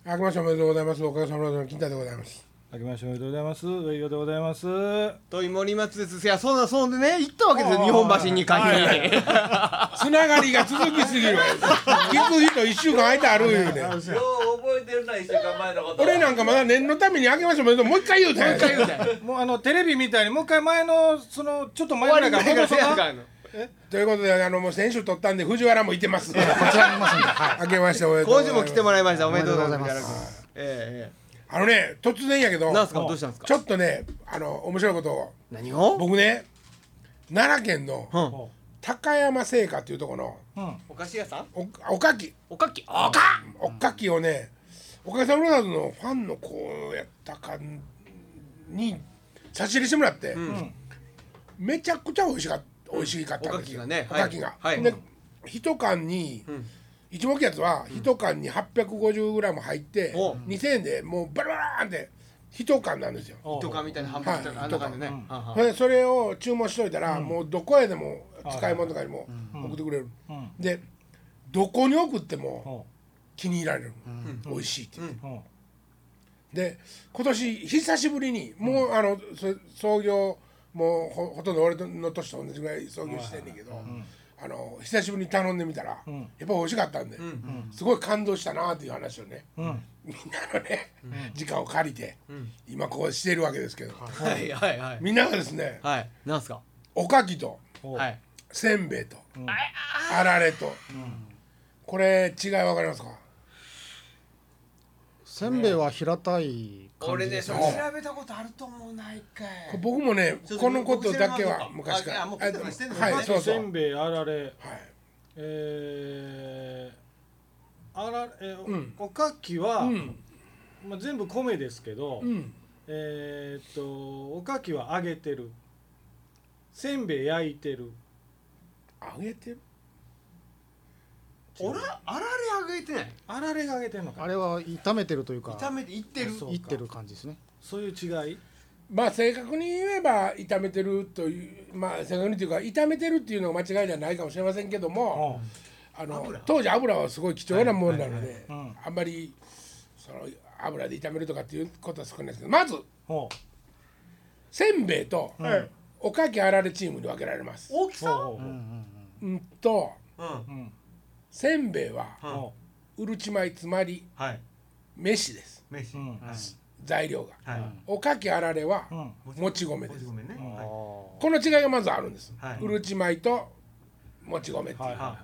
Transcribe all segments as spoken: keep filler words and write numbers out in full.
明けましておめでとうございます。おかげさまで金太でございます。 明けましておめでとうございます。上与でございます。 とい森松です。いや、そうだそうでね、行ったわけですよ、日本橋に限り。 つながりが続きすぎる。聞く人一週間空いてあるよね。 よう覚えてるな、一週間前のこと。 俺なんかまだ念のために明けましておめでとうもう一回言うたんや。 もう一回言うたんや。 もうあのテレビみたいにもう一回前のそのちょっと前ぐらいから戻そうか。 ということで、あのもう先週取ったんで藤原もいてます。こちらにいますんで、はい、 明けましておめでとうございます。 今週も来てもらいました。おめでとうございます。 おめでとうございます。 ええあのね、突然やけど、 なんすか、どうしたんですか。 ちょっとね、あの面白いことを。 何を？ 僕ね、奈良県のうん高山製菓っていうところの、 うん、 お菓子屋さん？ おおかきおかきおかおかきをね、おかげさまブラザーズのファンの子やったかに差し入れしてもらって、 うん、 めちゃくちゃ美味しかった美味しかったんですよ。 おかきがね、 おかきが、 はい、 で一缶に、うん、一目やつは一缶にはっぴゃくごじゅうグラム入って、うん、にせんえんでもうバラバラーンって一缶なんですよ。 一缶みたいな半分みたいな、はい、あんな感じね、 うん、それを注文しといたら、うん、もうどこへでも使い物とかにも送ってくれる、うん、でどこに送っても気に入られる、うん、美味しいって言って、うん、で今年久しぶりにもう、うん、あの創業もう ほ, ほとんど俺の年と同じぐらい創業してんねんけど、うん、あの久しぶりに頼んでみたら、うん、やっぱ美味しかったんで、うん、すごい感動したなっていう話をね、うん、みんなのね、うん、時間を借りて、うん、今こうしてるわけですけど、 はいはいはい、 みんながですね、 はい、なんすかおかきと、 はい、 せんべいと、うん、あられと、うん、これ違い分かりますか？ せんべいは平たい感じです。 俺ね、それ調べたことあると思うないかい。 僕もね、このことだけは昔から。 もう食ってしてんの。 はい、そうそう。 せんべい、あられ、はい、えー、あられ、うん、おかきは、うん、まあ全部米ですけど、うん、えー、っとおかきは揚げてる。せんべい焼いてる。 揚げてる？ あら、あられ揚げてない。 あられが揚げてるのか。 あれは炒めてるというか。 炒めていってる。 いってる感じですね。 そういう違い。 まあ正確に言えば炒めてるという、まあ正確にというか炒めてるっていうのが間違いじゃないかもしれませんけども、あの当時油はすごい貴重なものなので、あんまりその油で炒めるとかっていうことは少ないですけど、まずせんべいとおかきあられチームに分けられます。 大きさ？ うんと。うんせんべいは、うん、うるち米つまり、はい、飯です。飯、うん、材料が、はい、おかきあられは、うん、もち米です。もち米ね、うん、この違いがまずあるんです、はい、うるち米ともち米っていう、はいはいはい、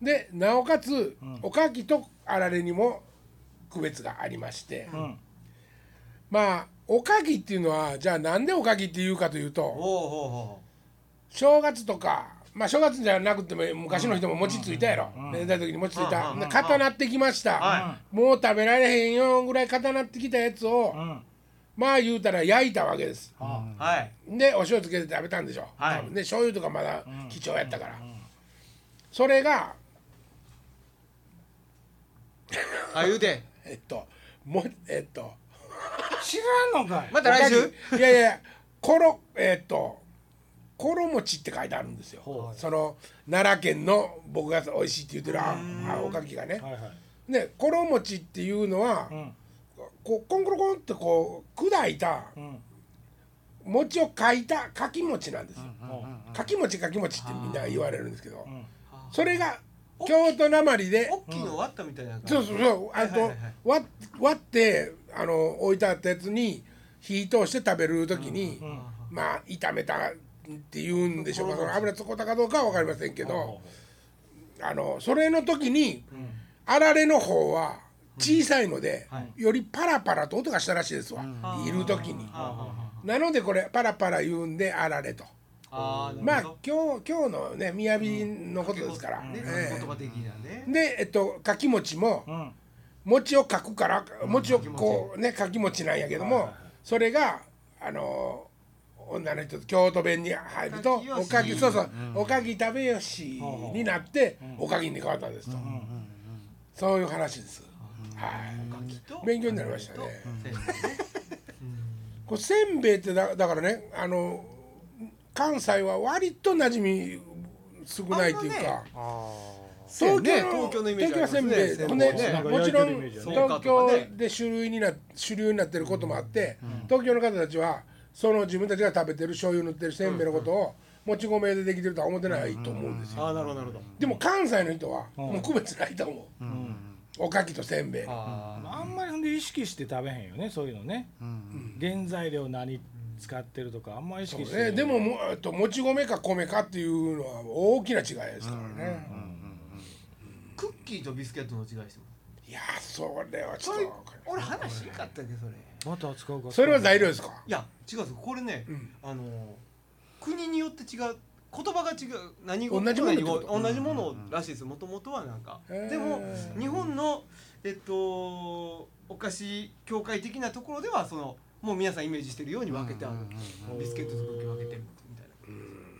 でなおかつ、うん、おかきとあられにも区別がありまして、うん、まあおかきっていうのはじゃあなんでおかきっていうかというと、おうおうおう正月とかまあ正月じゃなくても昔の人も餅ついたやろ、めでたい時に餅ついた、固なってきました、はい、もう食べられへんよぐらい固なってきたやつを、うん、まあ言うたら焼いたわけです、うん、でお塩つけて食べたんでしょ、はい、で醤油とかまだ貴重やったから、うんうんうん、それがあ言うてえっともえっと知らんのかいまた来週いやいやころえっところ餅って書いてあるんですよ。その奈良県の僕が美味しいって言ってるああおかきがね。はいはい、でころ餅っていうのは、うん、こうコンコロコンってこう砕いた、うん、餅をかいたかき餅なんですよ。かき餅かき餅ってみんな言われるんですけど、うん、それが京都なまりで大きいの割ったみたいな感じ。 そうそうそうあと割割ってあの置いてあったやつに火通して食べる時に、うんうん、まあ炒めたって言うんでしょうか、その油つこたかどうかは分かりませんけど、あのそれの時に、うん、あられの方は小さいので、うんはい、よりパラパラと音がしたらしいですわ、うん、いる時に、うん、なのでこれパラパラ言うんであられと、あまあ今日今日のね雅のことですから、うんねえー、言葉的なねでえっとかき餅も、うん、餅をかくから餅をこうねかき餅なんやけども、それがあの女の人と京都弁に入るとおかきそうそう、うん、おかき食べよしになって、うん、おかきに変わったんですと、うん、そういう話です、うん、はい勉強になりましたね、うん、これせんべいってだ、だからねあの関西は割と馴染み少ないというか、 東京ねの東京のイメージ東京はせんべいせんほんでねなんかもちろん焼いてるイメージやね東京で主流にな主流になってることもあって、東京の方たちはその自分たちが食べてる醤油塗ってるせんべいのことをもち米でできてるとは思ってないと思うんですよ。 ああなるほどなるほどでも関西の人はもう区別ないと思う。 うんおかきとせんべい。 ああんまりほんで意識して食べへんよねそういうのね原材料何使ってるとかあんまり意識してね、でももえっともち米か米かっていうのは大きな違いですからね。 クッキーとビスケットの違いしてますいやそれはちょっそれとわかんない俺話しかったっけそれまた扱うかそれは材料ですか。 いや違うんですよこれね、 うんあの国によって違う言葉が違う何語同じものってこと何語同じものらしいですもともとはなんかへーでも日本のえっとお菓子協会的なところではそのもう皆さんイメージしてるように分けてあるビスケットとクッキー分けてるみたい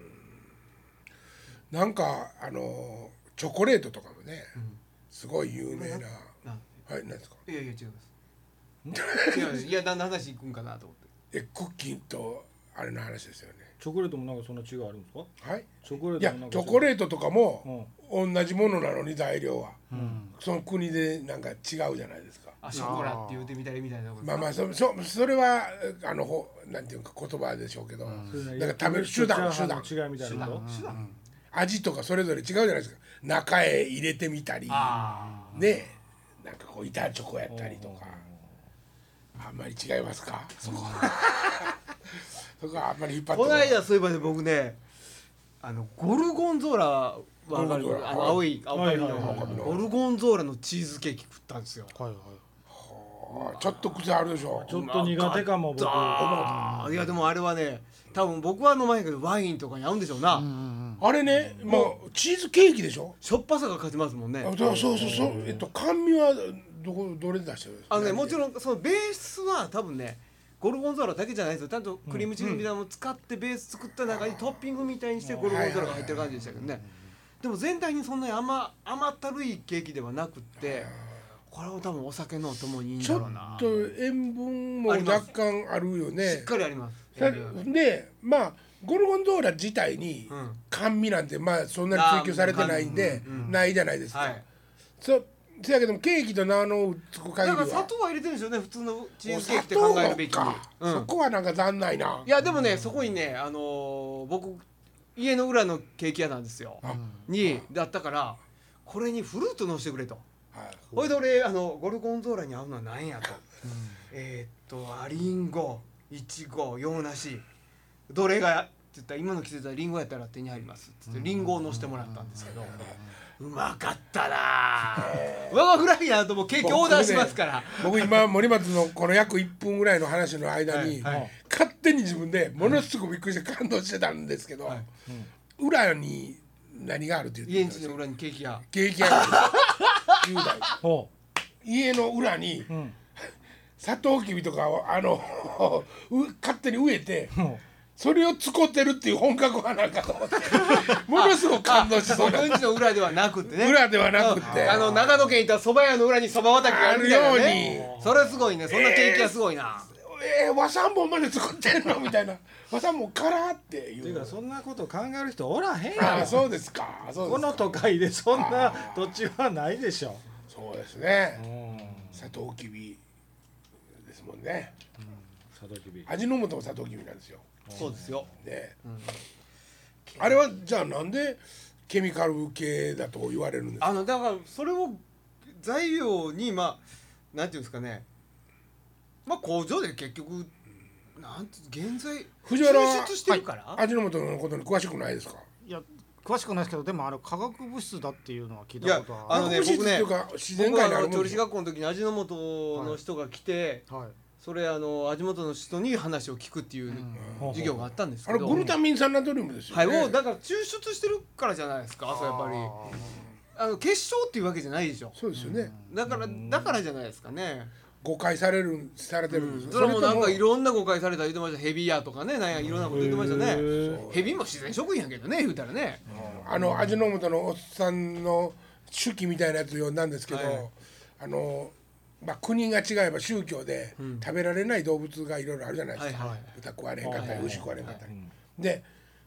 ななんかあのチョコレートとかもね、 うんすごい有名な。 なんはい、なんですか。 いやいや違います違ういや何の話いくんかなと思ってえクッキーとあれの話ですよね。 チョコレートもなんかそんな違いあるんですかはい。 チョコレーいやトもなんかチョコレーートとかも同じものなのに材料は、 うんその国でなんか違うじゃないですか。 あショコラって言うてみたりみたいなことまあまあそそそれはあのほなんていうか言葉でしょうけど、なんか食べる手段手段違いみたいなこと手段味とかそれぞれ違うじゃないですか。中へ入れてみたりあね、なんかこう板チョコやったりとか。あんまり違いますか。そこそこはあんまり引っ張ってこの間そういえばね僕ねあのゴルゴンゾーラわかゴルゴンゾーラるあの青い青髪のはいはいはいはいゴルゴンゾーラのチーズケーキ食ったんですよはいはいあちょっと癖あるでしょ。 ちょっと苦手かも僕あーいやでもあれはね多分僕は飲まへんけどワインとかに合うんでしょうな、 あれね、まあチーズケーキでしょ。 しょっぱさが勝ちますもんねあそうそうそうそう、えっと甘味はどこどれで出してるんですか。 あのねもちん。 ろんそのベースは多分ねゴルゴンゾーラだけじゃないですよちゃんとクリームチーズみたいなのも使ってベース作った中にトッピングみたいにしてゴルゴンゾーラが入ってる感じでしたけどねでも全体にそんなに甘甘ったるいケーキではなくってこれは多分お酒のお供にいいんちょっだろうなと塩分も若干あるよしねっ。かりありますさでまあゴルゴンゾーラ自体にうん甘味なんてまあそんなに追求されてないんであーうんうんないじゃないですか。 はいそせやけどもケーキと名のつく限りはだから砂糖は入れてるんですよね普通のチーズケーキって考えるべきにお砂糖か、 うんそこはなんか残ないな。 いやでもねそこにねあのー僕家の裏のケーキ屋なんですよあにだったからこれにフルーツのしてくれとはいほいで俺あのゴルゴンゾーラに合うのは何やとえーっとあリンゴイチゴ洋梨どれがって言ったら今の季節はリンゴやったら手に入りますって言ってリンゴをのしてもらったんですけどうまかったなぁ我がフライヤーともケーキオーダーしますから僕今森松のこの約いっぷんぐらいの話の間に、 はいはい勝手に自分でものすごくびっくりして感動してたんですけど、裏に何があるって言って家たんですよ。 んちの裏にケーキ屋ケーキ屋が雄大ほ家の裏にううんサトウキビとかをあのう勝手に植えてほそれを使ってるっていう本格派なんかと思ってものすごく感動しそうな僕んちの裏ではなくってね裏ではなくってあの長野県行ったら蕎麦屋の裏に蕎麦畑があるみたいなあるよねそれすごいねそんなケーキ屋すごいな、 えー、和三盆まで作ってんのみたいな和三盆からっていていううかそんなこと考える人おらへんやろああそうですかそうですかこの都会でそんな土地はないでしょそうですねうんサトウキビですもんねサトウキビ味の素もサトウキビなんですよそうですよね、 んあれはじゃあなんでケミカル系だと言われるんですか。 あのだからそれを材料にまあなんていうんですかねまあ工場で結局なんて現在藤原は抽出してるから、 味の素のことに詳しくないですか。 いや詳しくないですけどでもあの化学物質だっていうのは聞いいやたことはあのね物質僕ねっていうか自然僕は界にあるもんですよ。 あの調理師学校の時に味の素の人が来て、 はいそれあの味元の人に話を聞くっていう授業があったんですけど、 あれグルタミン酸ナトリウムですよはい、 ね。 もうだから抽出してるからじゃないですかそうやっぱりあの結晶っていうわけじゃないでしょそうですよね。 だからだからじゃないですかね、 誤解されるされてるんですよ。 それもなんかいろろんな誤解された言ってましたヘビやとかねなんやいろんなこと言ってましたねへーヘビも自然食品やけどね言うたらねあの味の素のおっさんの手記みたいなやつを読んだんですけど、 はいあのまあ国が違えば宗教で食べられない動物がいろいろあるじゃないですか。 はいはい豚食われんかったりはい牛食われんかったり。 うんで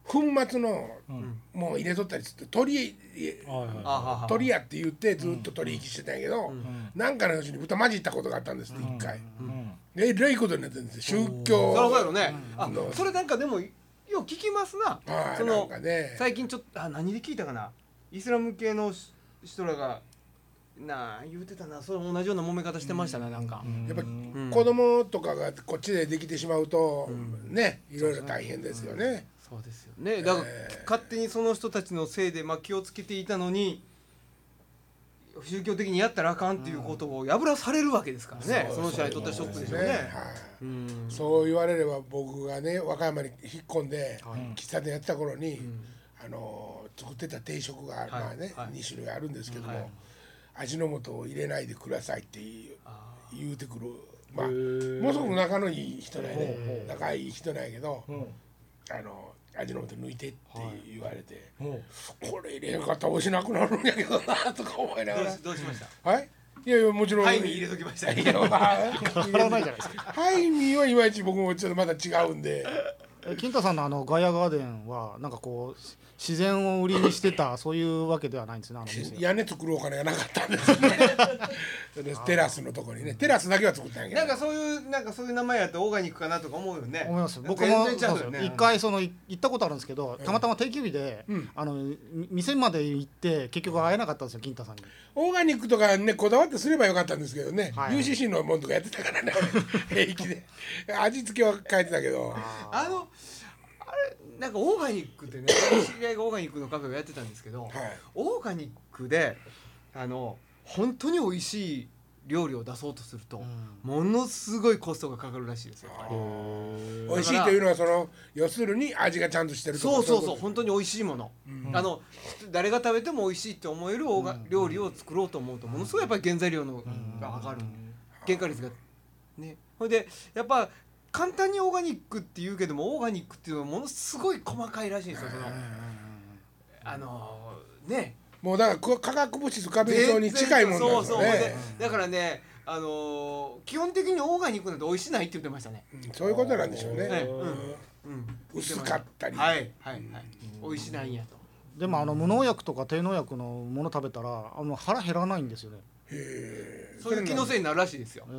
粉末のもう入れとったりする鳥鳥屋って言ってずっと取引してたんやけど、なんかのうちに豚混じったことがあったんですって一回。えらいことになってるんですよ、宗教そりゃそうやろね。あ、それなんかでもよう聞きますな。その最近ちょっとあ何で聞いたかな、イスラム系の人らがなあ言うてたな、それ同じような揉め方してましたね、なんかやっぱ子供とかがこっちでできてしまうとね、いろいろ大変ですよね。 そうですよね。だから勝手にその人たちのせいでまあ気をつけていたのに宗教的にやったらあかんっていうことを破らされるわけですからね、その人にとってはショックでしょうね。 そう言われれば僕がね和歌山に引っ込んで喫茶店やってた頃にあの作ってた定食がまあねに種類あるんですけども、味の素を入れないでくださいって言うてくる、まあものすごく仲のいい人なんやね、仲いい人なんやけど、あの味の素抜いてって言われて、これ入れへんかったら美味しなくなるんやけどなとか思いながら。 どうしました？ はい。いやいやもちろん。 ハイミー入れときました。 払わないじゃないですか。 ハイミーはいまいち僕もちょっとまだ違うんで。 金太さんのあのガヤガーデンはなんかこう自然を売りにしてたそういうわけではないんですね。あの店屋根作るお金がなかったんですね。テラスのところにね、テラスだけは作ったんやけど。 なんかそういうなんかそういう名前やってオーガニックかなとか思うよね。 思います。僕も一回その行ったことあるんですけど、たまたま定休日で、うん、あの店まで行って結局会えなかったんですよ、金太さんに。 オーガニックとかねこだわってすればよかったんですけどね、はい、ユーシーシー のもんとかやってたからね平気で味付けは変えてたけど、 あのあれなんかオーガニックってね知り合いがオーガニックのカフェをやってたんですけど、はい、オーガニックであの本当に美味しい料理を出そうとすると、うん、ものすごいコストがかかるらしいですよ。 美味しいというのはその要するに味がちゃんとしてるとか。 そうそうそう、本当に美味しいもの、うん、あの誰が食べても美味しいって思えるオーガ、うん、料理を作ろうと思うとものすごいやっぱり原材料のが上がる、うん、原価率がね。ほいでやっぱ簡単にオーガニックって言うけどもオーガニックっていうのはものすごい細かいらしいんですよ。そのあのー、ねもうだから化学物質過敏症に近いもんなんですよね。そうそうだからね、あのー、基本的にオーガニックなんて美味しないって言ってましたね、 うん、そういうことなんでしょうね、 ね、うんうん、 薄かったり、 はいはいはい、美味しないんやと。 でもあの無農薬とか低農薬のもの食べたらあの腹減らないんですよね。 へー、そういう気のせいになるらしいですよ。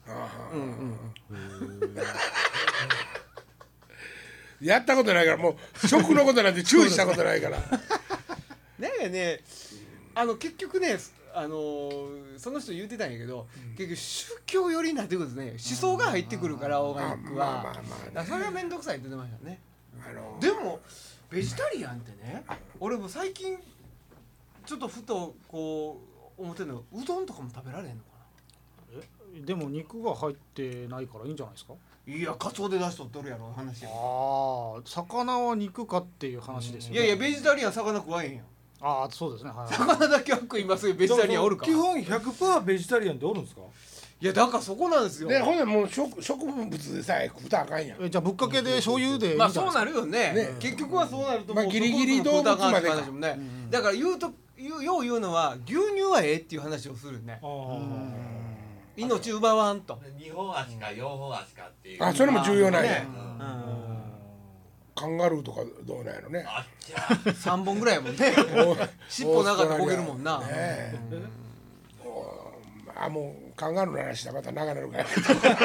やったことないからもう食のことなんて注意したことないからねえねえあの結局ねあのー、その人言ってたんやけど、うん、結局宗教寄りになってくるんですね。思想が入ってくるからオーガニックはそれが面倒くさいって言ってましたね。あのー、でもベジタリアンってね、俺も最近ちょっとふとこう思ってるのうどんとかも食べられへんのかな。えでも肉が入ってないからいいんじゃないですか。 いやカツオで出しとっとるやろ話や。 ああ魚は肉かっていう話ですよね。 いやいやベジタリアン魚食わへんやん。 ああそうですね、はい、 魚だけは食いますよ。ベジタリアンおるか。 基本 ひゃくパーセント ベジタリアンっておるんですか。 いやだからそこなんですよ。 でほんでもう 植, 植物でさえ食うたらあかんやん。 えじゃあぶっかけで醤油でいいんじゃないですか。 まあそうなるよ ね, ね結局はそうなるともう、 まあ、ギリギリ動物までか、 ね、うん、だから言うと言うよう言うのは牛乳はええっていう話をするね。命奪わんと。 にほん足かよんほん足かっていう。 あそれも重要なんや、ねうんうんカンガルーとかどうなんやろね。 あっちゃさんぼんぐらいやもんね尻尾なかったら焦げるもんな、ねうん、あもうカンガルーの話したらまた長なるからえー、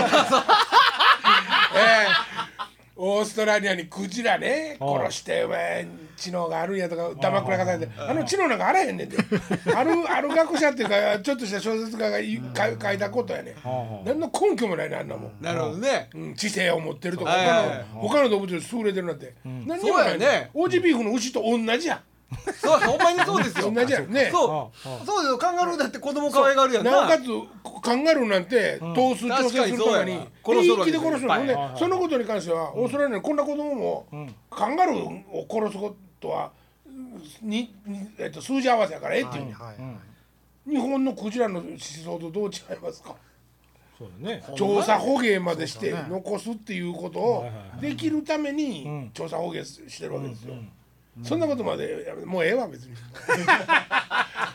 オーストラリアにクジラね殺してお前知能があるんやとかダマくらかされてあの知能なんかあらへんねんてあるある学者っていうかちょっとした小説家が書いたことやね何の根拠もないねあんなもん。 なるほどね、 うん、知性を持ってるとか他の他の動物より優れてるなんて、うん、何にもないね。 オージービーフの牛と同じや。 そうほんまにそうですよ。 同じやね。 そうそうですよ。カンガルーだって子供可愛がるやんな。 なおかつカンガルーなんて頭数調整するとかに平気で殺すのね。そのことに関してはオーストラリアにこんな子供もカンガルーを殺すことはにえっと数字合わせやからええっていう。日本のクジラの思想とどう違いますか。 そうだね、 調査捕鯨までして残すっていうことをできるために調査捕鯨してるわけですよ。そんなことまでもうええわ別に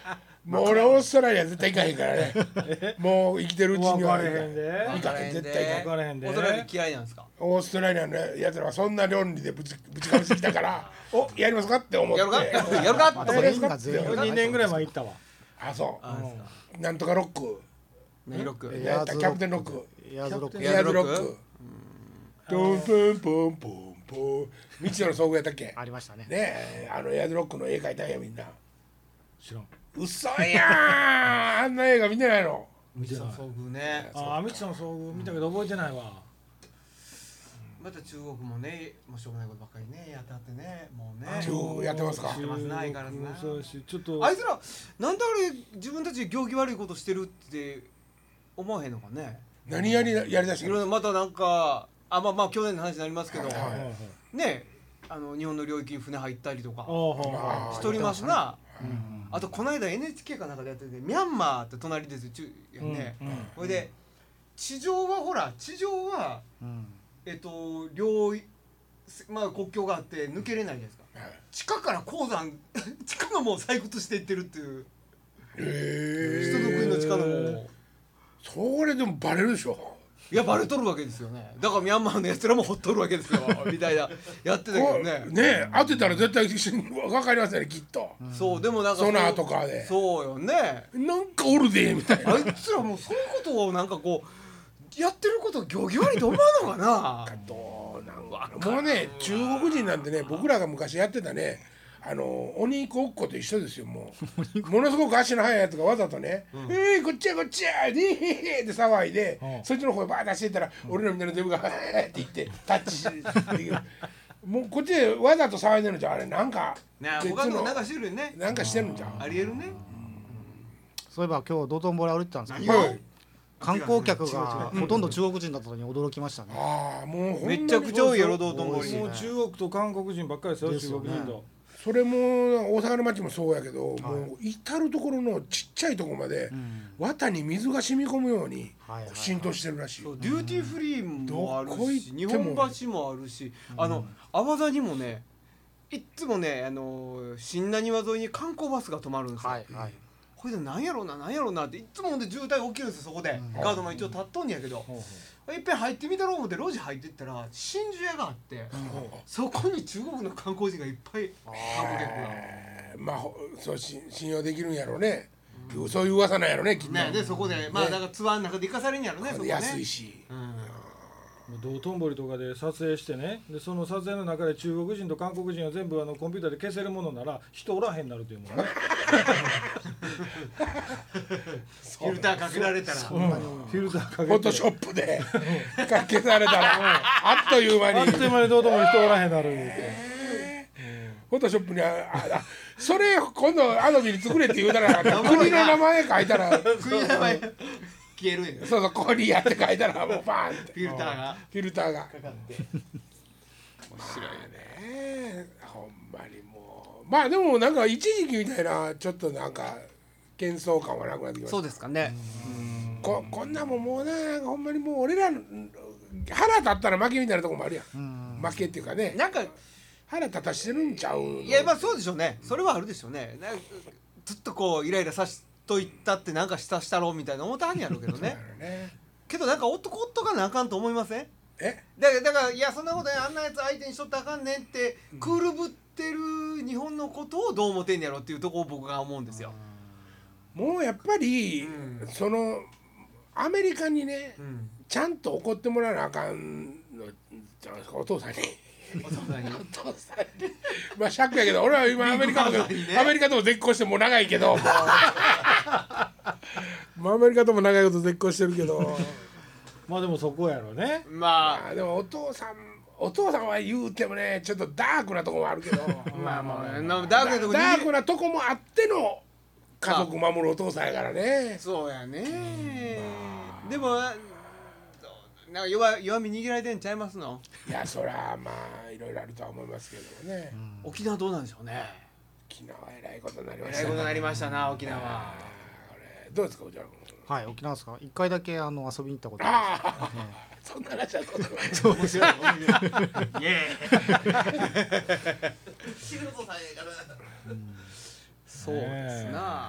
もう俺オーストラリア絶対行かへんからねもう生きてるうちには分かれへんで行かへん絶対行かへん分からへんでオーストラリア嫌いなんですか？ オーストラリアのやつらはそんな論理でぶちぶちかましてきたからおやりますかって思ってやるかやるかまあってやりますかみんな全員にねんぐらい前行ったわあそあそうですかうなんとかロック何ロックえやったキャプテンロックエアーズロックエアーズロックエアーズロックトンポンポンポンポン未知の遭遇やったっけありましたね。 ねえあのエアーズロックの絵描いたんやみんな知らん嘘やんあんな映画見てないの見てない遭遇ねああみちさんの遭遇見たけど覚えてないわまた中国もねもうしょうがないことばっかりねやってはってねもうね中国やってますかやってますな相変わらずなそうやしちょっとあいつらなんであれ自分たち行儀悪いことしてるって思わへんのかね何やりやりだしたのいろいろまたなんかあまあまあ去年の話になりますけど、 はいはいねあの日本の領域に船入ったりとかおうほうほうしとりますな、 うんあとこの間 エヌエイチケー かなんかでやっててミャンマーって隣ですよ中やね、 うんうんこれで地上はほら地上はうんえっと領域まあ国境があって抜けれないじゃないですかはい地下から鉱山地下のもう採掘していってるっていうへ人の国の地下のもえそれでもバレるでしょいやバレとるわけですよねだからミャンマーのやつらもほっとるわけですよみたいなやってたけどねねえ当てたら絶対分かりますよねきっとそうでもなんかそうソナーとかでそうよねなんかおるでみたいなあいつらもうそういうことをなんかこうやってることを行儀悪いと思わんのかなどうなんかなもうね中国人なんてね僕らが昔やってたねあの鬼ごっこと一緒ですよもうものすごく足の速いやつがわざとね「えー、こっちやこっちや!」で「へーって騒いで、 うんそっちの方へバーッ出してったら、俺らみたいなデブが「へーって言ってタッチしてもうこっちでわざと騒いでるんじゃんあれなんかね別他のなんかしてるよねなんかしてるんじゃんありえるねそういえば今日道頓堀歩いてたんですけど、 はい観光客がほとんど中国人だったのに驚きましたね。 ああもうほんまにめちゃくちゃ多いやろ道頓多い堀もう中国と韓国人ばっかりですよですよね中国人とそれも大阪の町もそうやけど、もう至る所のちっちゃいところまで、綿に水が染み込むようにはいはい浸透してるらしい、 そうデューティーフリーもあるどこ行し日っても本橋もあるしあの泡田にもねいっつもねあの新浪速沿いに観光バスが止まるんですよ、 はいはい。 これでなんやろうななんやろうなっていっつもほんで渋滞起きるんですよそこで、ガードマン一応立っとんやけど、 ほうほいっぺん入ってみたろう思って路地入ってったら真珠屋があって、そこに中国の観光人がいっぱい観光客が。 えーまあほそうし信用できるんやろうね、そういう噂なんやろねきっと、 ねでそこでまあだからツアーの中で行かされんやろねそこね安いし、 うんう道頓堀とかで撮影してねでその撮影の中で中国人と韓国人を全部あのコンピューターで消せるものなら人おらへんなるというもんねフィルターかけられたらフィルターかけてフォトショップでかけされたらあっという間にあっという間に道頓堀人おらへんなる言うてフォトショップにあああそれ今度アドビに作れって言うたら国の名前書いたら国の名前消えるんやそうそうコリアって書いたらもうバーンってフィルターがフィルターがかかって面白いねほんまにもうまあでもなんか一時期みたいなちょっとなんか喧騒感はなくなってきましたそうですかねここんなもんもうななんかほんまにもう俺らの腹立ったら負けみたいなとこもあるやん負けっていうかねなんか腹立たしてるんちゃうのいやまあそうでしょうねそれはあるでしょうねなんかずっとこうイライラさしといったってなんかしたしたろうみたいな思ったはんやろうけどねねけどなんか男男がなあかんと思いませんえだからだからいやそんなことやあんなやつ相手にしとったらあかんねんってクールぶってる日本のことをどう思ってんやろっていうとこを僕が思うんですよ。 もうやっぱり、 うんそのアメリカにねうん、 ちゃんと怒ってもらわなあかんのお父さんにお父さんにお父さんにまあシャックやけど俺は今アメリカとビッグファーザーにねアメリカとも絶交してもう長いけどもうもうアメリカとも長いこと絶交してるけどまあでもそこやろねまあでもお父さんお父さんは言うてもねちょっとダークなとこもあるけどあまあまあなダークなとこにダークなとこもあっての家族守るお父さんやからねそうやねでもなんか弱弱み握られてんちゃいますのいやそらまあいろいろあるとは思いますけどね、 沖縄どうなんでしょうね沖縄えらいことになりまえしたらいことになりましたな沖縄あーこれどうですかおじゃんはい、沖縄ですか。一回だけあの遊びに行ったことあああ、そんな話はそうだそうです。 イエーイ仕事さえやからそうですな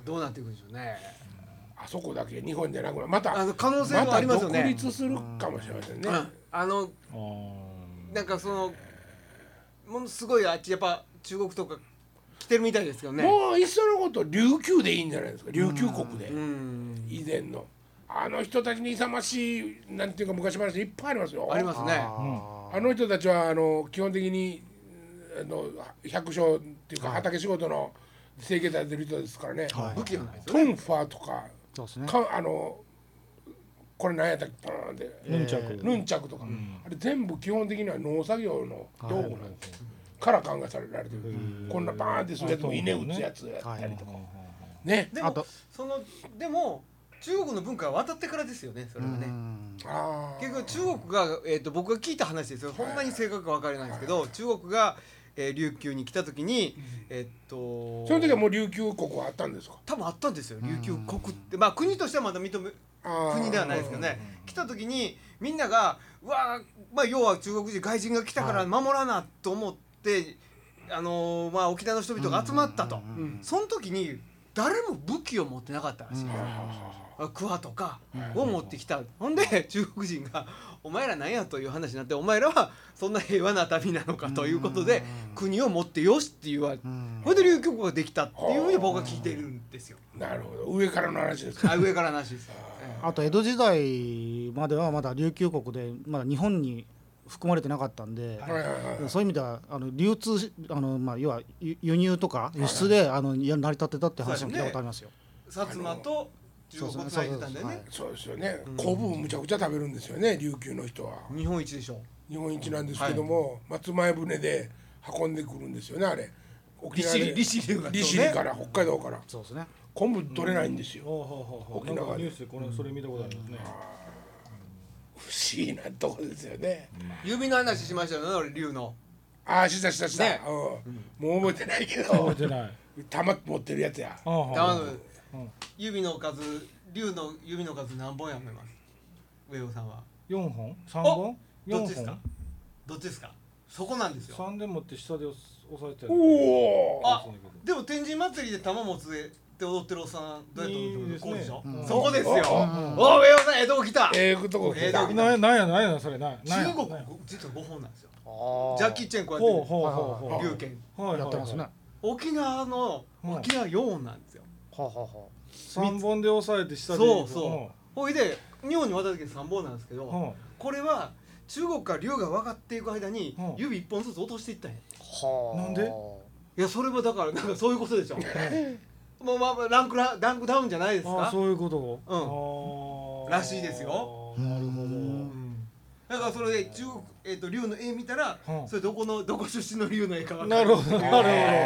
どうなっていくんでしょうね。 あそこだけ日本じゃなくなまたあの可能性もありますよね。 また独立するかもしれませんね。 うんあのなんかそのものすごいあっちやっぱ中国とか来てるみたいですけどね。 もういっそのこと琉球でいいんじゃないですか。琉球国でうん以前のあの人たちに勇ましいなんていうか昔話いっぱいありますよ。 ありますね。 あの人たちはあの基本的にあの百姓っていうか畑仕事の生計立てる人ですからね。 武器がないですよトね。 ンファーとかそうですね。 かあのこれ何やったっけパーンってヌンチャクヌンチャクとか、あれ全部基本的には農作業の道具なんですよ、から考えされられてる、こんなバーンってするやつも稲打つやつやったりとかね。 でもあとそのでも中国の文化が渡ってからですよね。それはね。 あ結局中国が、えー、と僕が聞いた話ですよ。ほんまに正確か分からないんですけど、中国が、えー琉球に来た時に、えっ、とその時はもう琉球国はあったんですか。 多分あったんですよ。琉球国ってまあ国としてはまだ認めあー国ではないですけどね。来た時にみんながうわー、まあ、要は中国人外人が来たから守らなと思って、あのーまあ、沖縄の人々が集まったと、 んその時に誰も武器を持ってなかったらしい、クワとかを持ってきた、ほんで中国人が「お前らなんや」という話になって「お前らはそんな平和な民なのか」ということで国を持ってよしって言われて、それで琉球国ができたっていうふうに僕は聞いているんですよ。 なるほど、上からの話ですか。 あ上からの話です。 あと江戸時代まではまだ琉球国でまだ日本に含まれてなかったんで、 はいはいはいそういう意味ではあの流通しあの、まあ、要は輸輸入とか輸出で、あのいや成り立ってたって話も聞いたことありますよ。 薩摩と中国をつないでたんだよね。 そうですよね。昆布むちゃくちゃ食べるんですよね、琉球の人は。 日本一でしょ。 日本一なんですけども、松前船で運んでくるんですよね、あれ。沖縄で利尻利尻が利尻から北海道からそうですね。 昆布取れないんですよ。 ほうほうほうほう沖縄でなんかニュースでこれそれ見たことありますね。 不思議なとこですよね。 指の話しましたよね、俺龍の。 ああ、したしたした。 ねうんもう覚えてないけ覚えど、 てない。 玉持ってるやつや。 はあはあ玉のうん指の数、龍の指の数何本や思います。上尾さんは。 四本？三本？四どっちですか本？。 どっちですか。そこなんですよ。 三で持って下で押さえてたおよね。 お。 あ、でも天神祭りで玉持つで踊ってるおっさんどうやって踊ってるの？ いいですねこうでしょう。んそこですよ。 おお、上尾さん江戸来た。 ええとこ来たええとこ。 ななんやなんやそれな。なんや中国なんや実はごほんなんですよ。 あジャッキーチェンこうほうやってほうほうほう。 龍拳。 はいやってますね。は沖縄のうん沖縄よんなんですよ。 あ、はあは三本で押さえて下で。 そうそう。ほいで日本に渡った時さんぼんなんですけど、 うん。 これは中国から龍が分かっていく間にうん指一本ずつ落としていったんや。 はあ。 なんでいやそれはだからなんかそういうことでしょ。もうまあまあランクラランクダウンじゃないですか。 ああそういうこと。 うんあーらしいですよ。 なるほど。 うんだからそれで中国えっ、と龍の絵見たら、 うんそれどこのどこ出身の龍の絵か分かなるほどなるほど。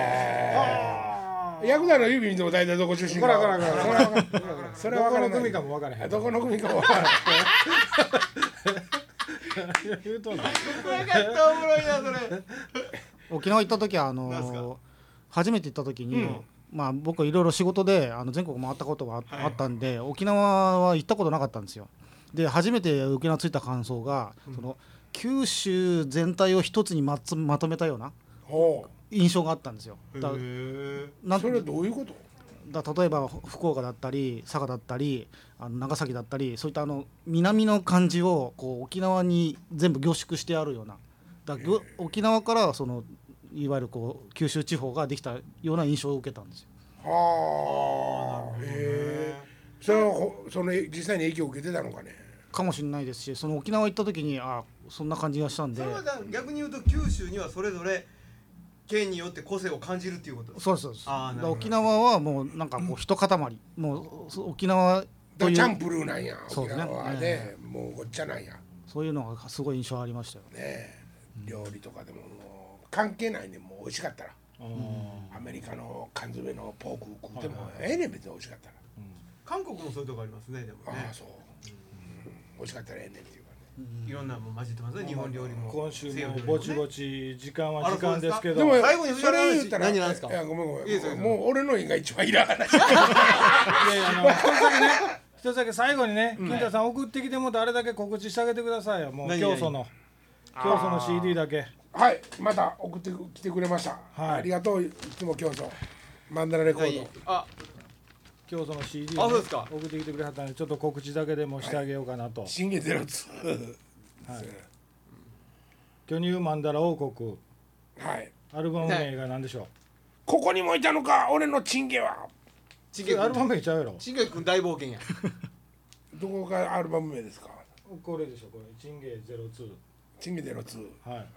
ヤクザの指見ても大体どこ出身か。 こらこらこらそれは分からない。 どこの組かも分からへん。 どこの組かも分からない。 言うとんの。 分かったおもろいなそれ。 沖縄行った時はあなんすかの初めて行った時に、 うんまあ僕いろいろ仕事であの全国回ったことがあ,、あったんで沖縄は行ったことなかったんですよ。で初めて沖縄着いた感想が、その九州全体を一つにまつまとめたようなほ印象があったんですよ。だへなんう。それはどういうこと？ だ例えば福岡だったり佐賀だったりあの長崎だったりそういったあの南の感じをこう沖縄に全部凝縮してあるようなだぎょ沖縄からそのいわゆるこう九州地方ができたような印象を受けたんですよ。 はあ。へえ。それはほその実際に影響を受けてたのかね。 かもしれないですし、その沖縄行った時にあそんな感じがしたんで。 それはだ逆に言うと九州にはそれぞれ県によって個性を感じるっていうことですか。 そうですそうです。 あーなるほどだ沖縄はもうなんかこう一塊、もうそ沖縄だというからチャンプルーなんや。 そうですね沖縄はね、もうごっちゃなんや。ねそういうのがすごい印象ありましたよ。 え。料理とかでももう関係ないね。もう美味しかったら。アメリカの缶詰のポーク食ってもええねん別に美味しかったら。 韓国もそういうとこありますね。でもねああそう。うん美味しかったらええねんっていうかね。 いろんなもん混じってますね。日本料理も今週西洋料理もねもぼちぼち時間は時間ですけど。 でも最後にそれ言ったら何なんですかいやごめんごめいいですよん。もう俺のが一番いらん話。 いやいやあの一つだけね一つだけ最後にね金太さん送ってきてもらってあれだけ告知してあげてくださいよ。もう何教祖の教祖の シーディー だけ。 はい、また送ってきてくれました。 はいありがとういつも教祖マンダラレコード。 あ、 今日その シーディー を、ね、 あそうですか送ってきてくれはったんでちょっと告知だけでもしてあげようかなと、はい、 チンゲゼロツ巨乳マンダラ王国ーはいアルバム名が何でしょう。 ここにもいたのか俺のチンゲは。 ちげアルバム名ちゃうやろ。 ちげくん大冒険やどこがアルバム名ですか。 これでしょこれチンゲゼロツー。 チンゲゼロツー。 はい。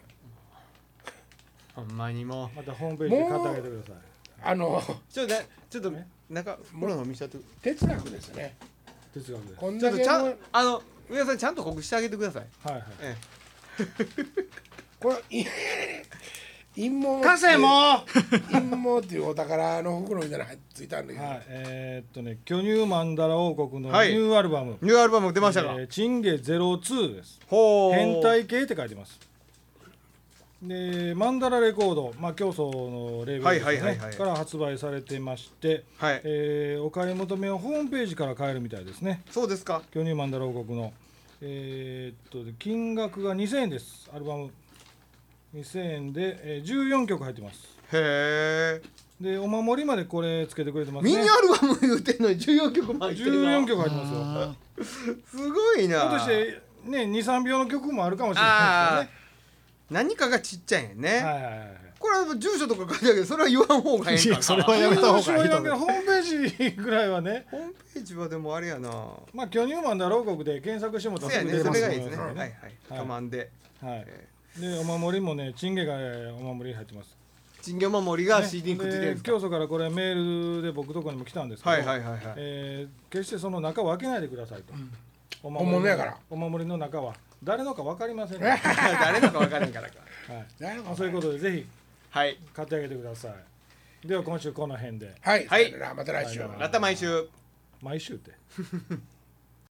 ほんまにもうまたホームページで買ってあげてください。 あのちょっとねちょっと中袋の見せて哲学ですね。 哲学です。 こんちょっとちゃんだけのあの上田さんちゃんと告知してあげてくださいはいはい。 えこれい陰謀貸せも陰謀っていうお宝の袋みたいなのついたんだけど、 はい、えー、っとね巨乳マンダラ王国のニはいューアルバム、 えニューアルバム出ましたか、 えーチンゲゼロツーです。 ほう変態系って書いてます。でマンダラレコード、まあ、競争のレーベルですね、 はいはいはいはいから発売されてまして、 はいえーお買い求めはホームページから買えるみたいですね。 そうですか巨乳マンダラ王国の、えーっと金額がにせんえんです。アルバムにせんえんで、えーじゅうよんきょく入ってます。 へえでお守りまでこれつけてくれてますね。 ミニアルバム言うてんのにじゅうよんきょくも入ってるのじゅうよんきょく入ってますよ。 すごいなひょっとしてねにさんびょうの曲もあるかもしれないです何かがちっちゃいんやね、 けどね。はいはいはいはい。 これは住所とか書いてあるけどそれは言わん方がいいんかなそれはやめた方がいいと思う。 ホームページぐらいはね、 ホームページはでもあれやなまあ巨乳マンダラ王国で検索してもそうやね出ますそれがいいですねねはいはいはい我慢ではい。 えでお守りもねチンゲがお守り入ってます。 チンゲお守りがねシーディー にくっついてるんですかで教祖からこれメールで僕とこにも来たんですけど、 はいはいはいはいえー決してその中を開けないでくださいと。お本物やからお守りの中は誰のか分かりませんので、はい。 誰のか分からんからかまあそういうことでぜひはい買ってあげてください。では今週この辺ではい、 はいさよならまた来週、 はいまた毎週毎週って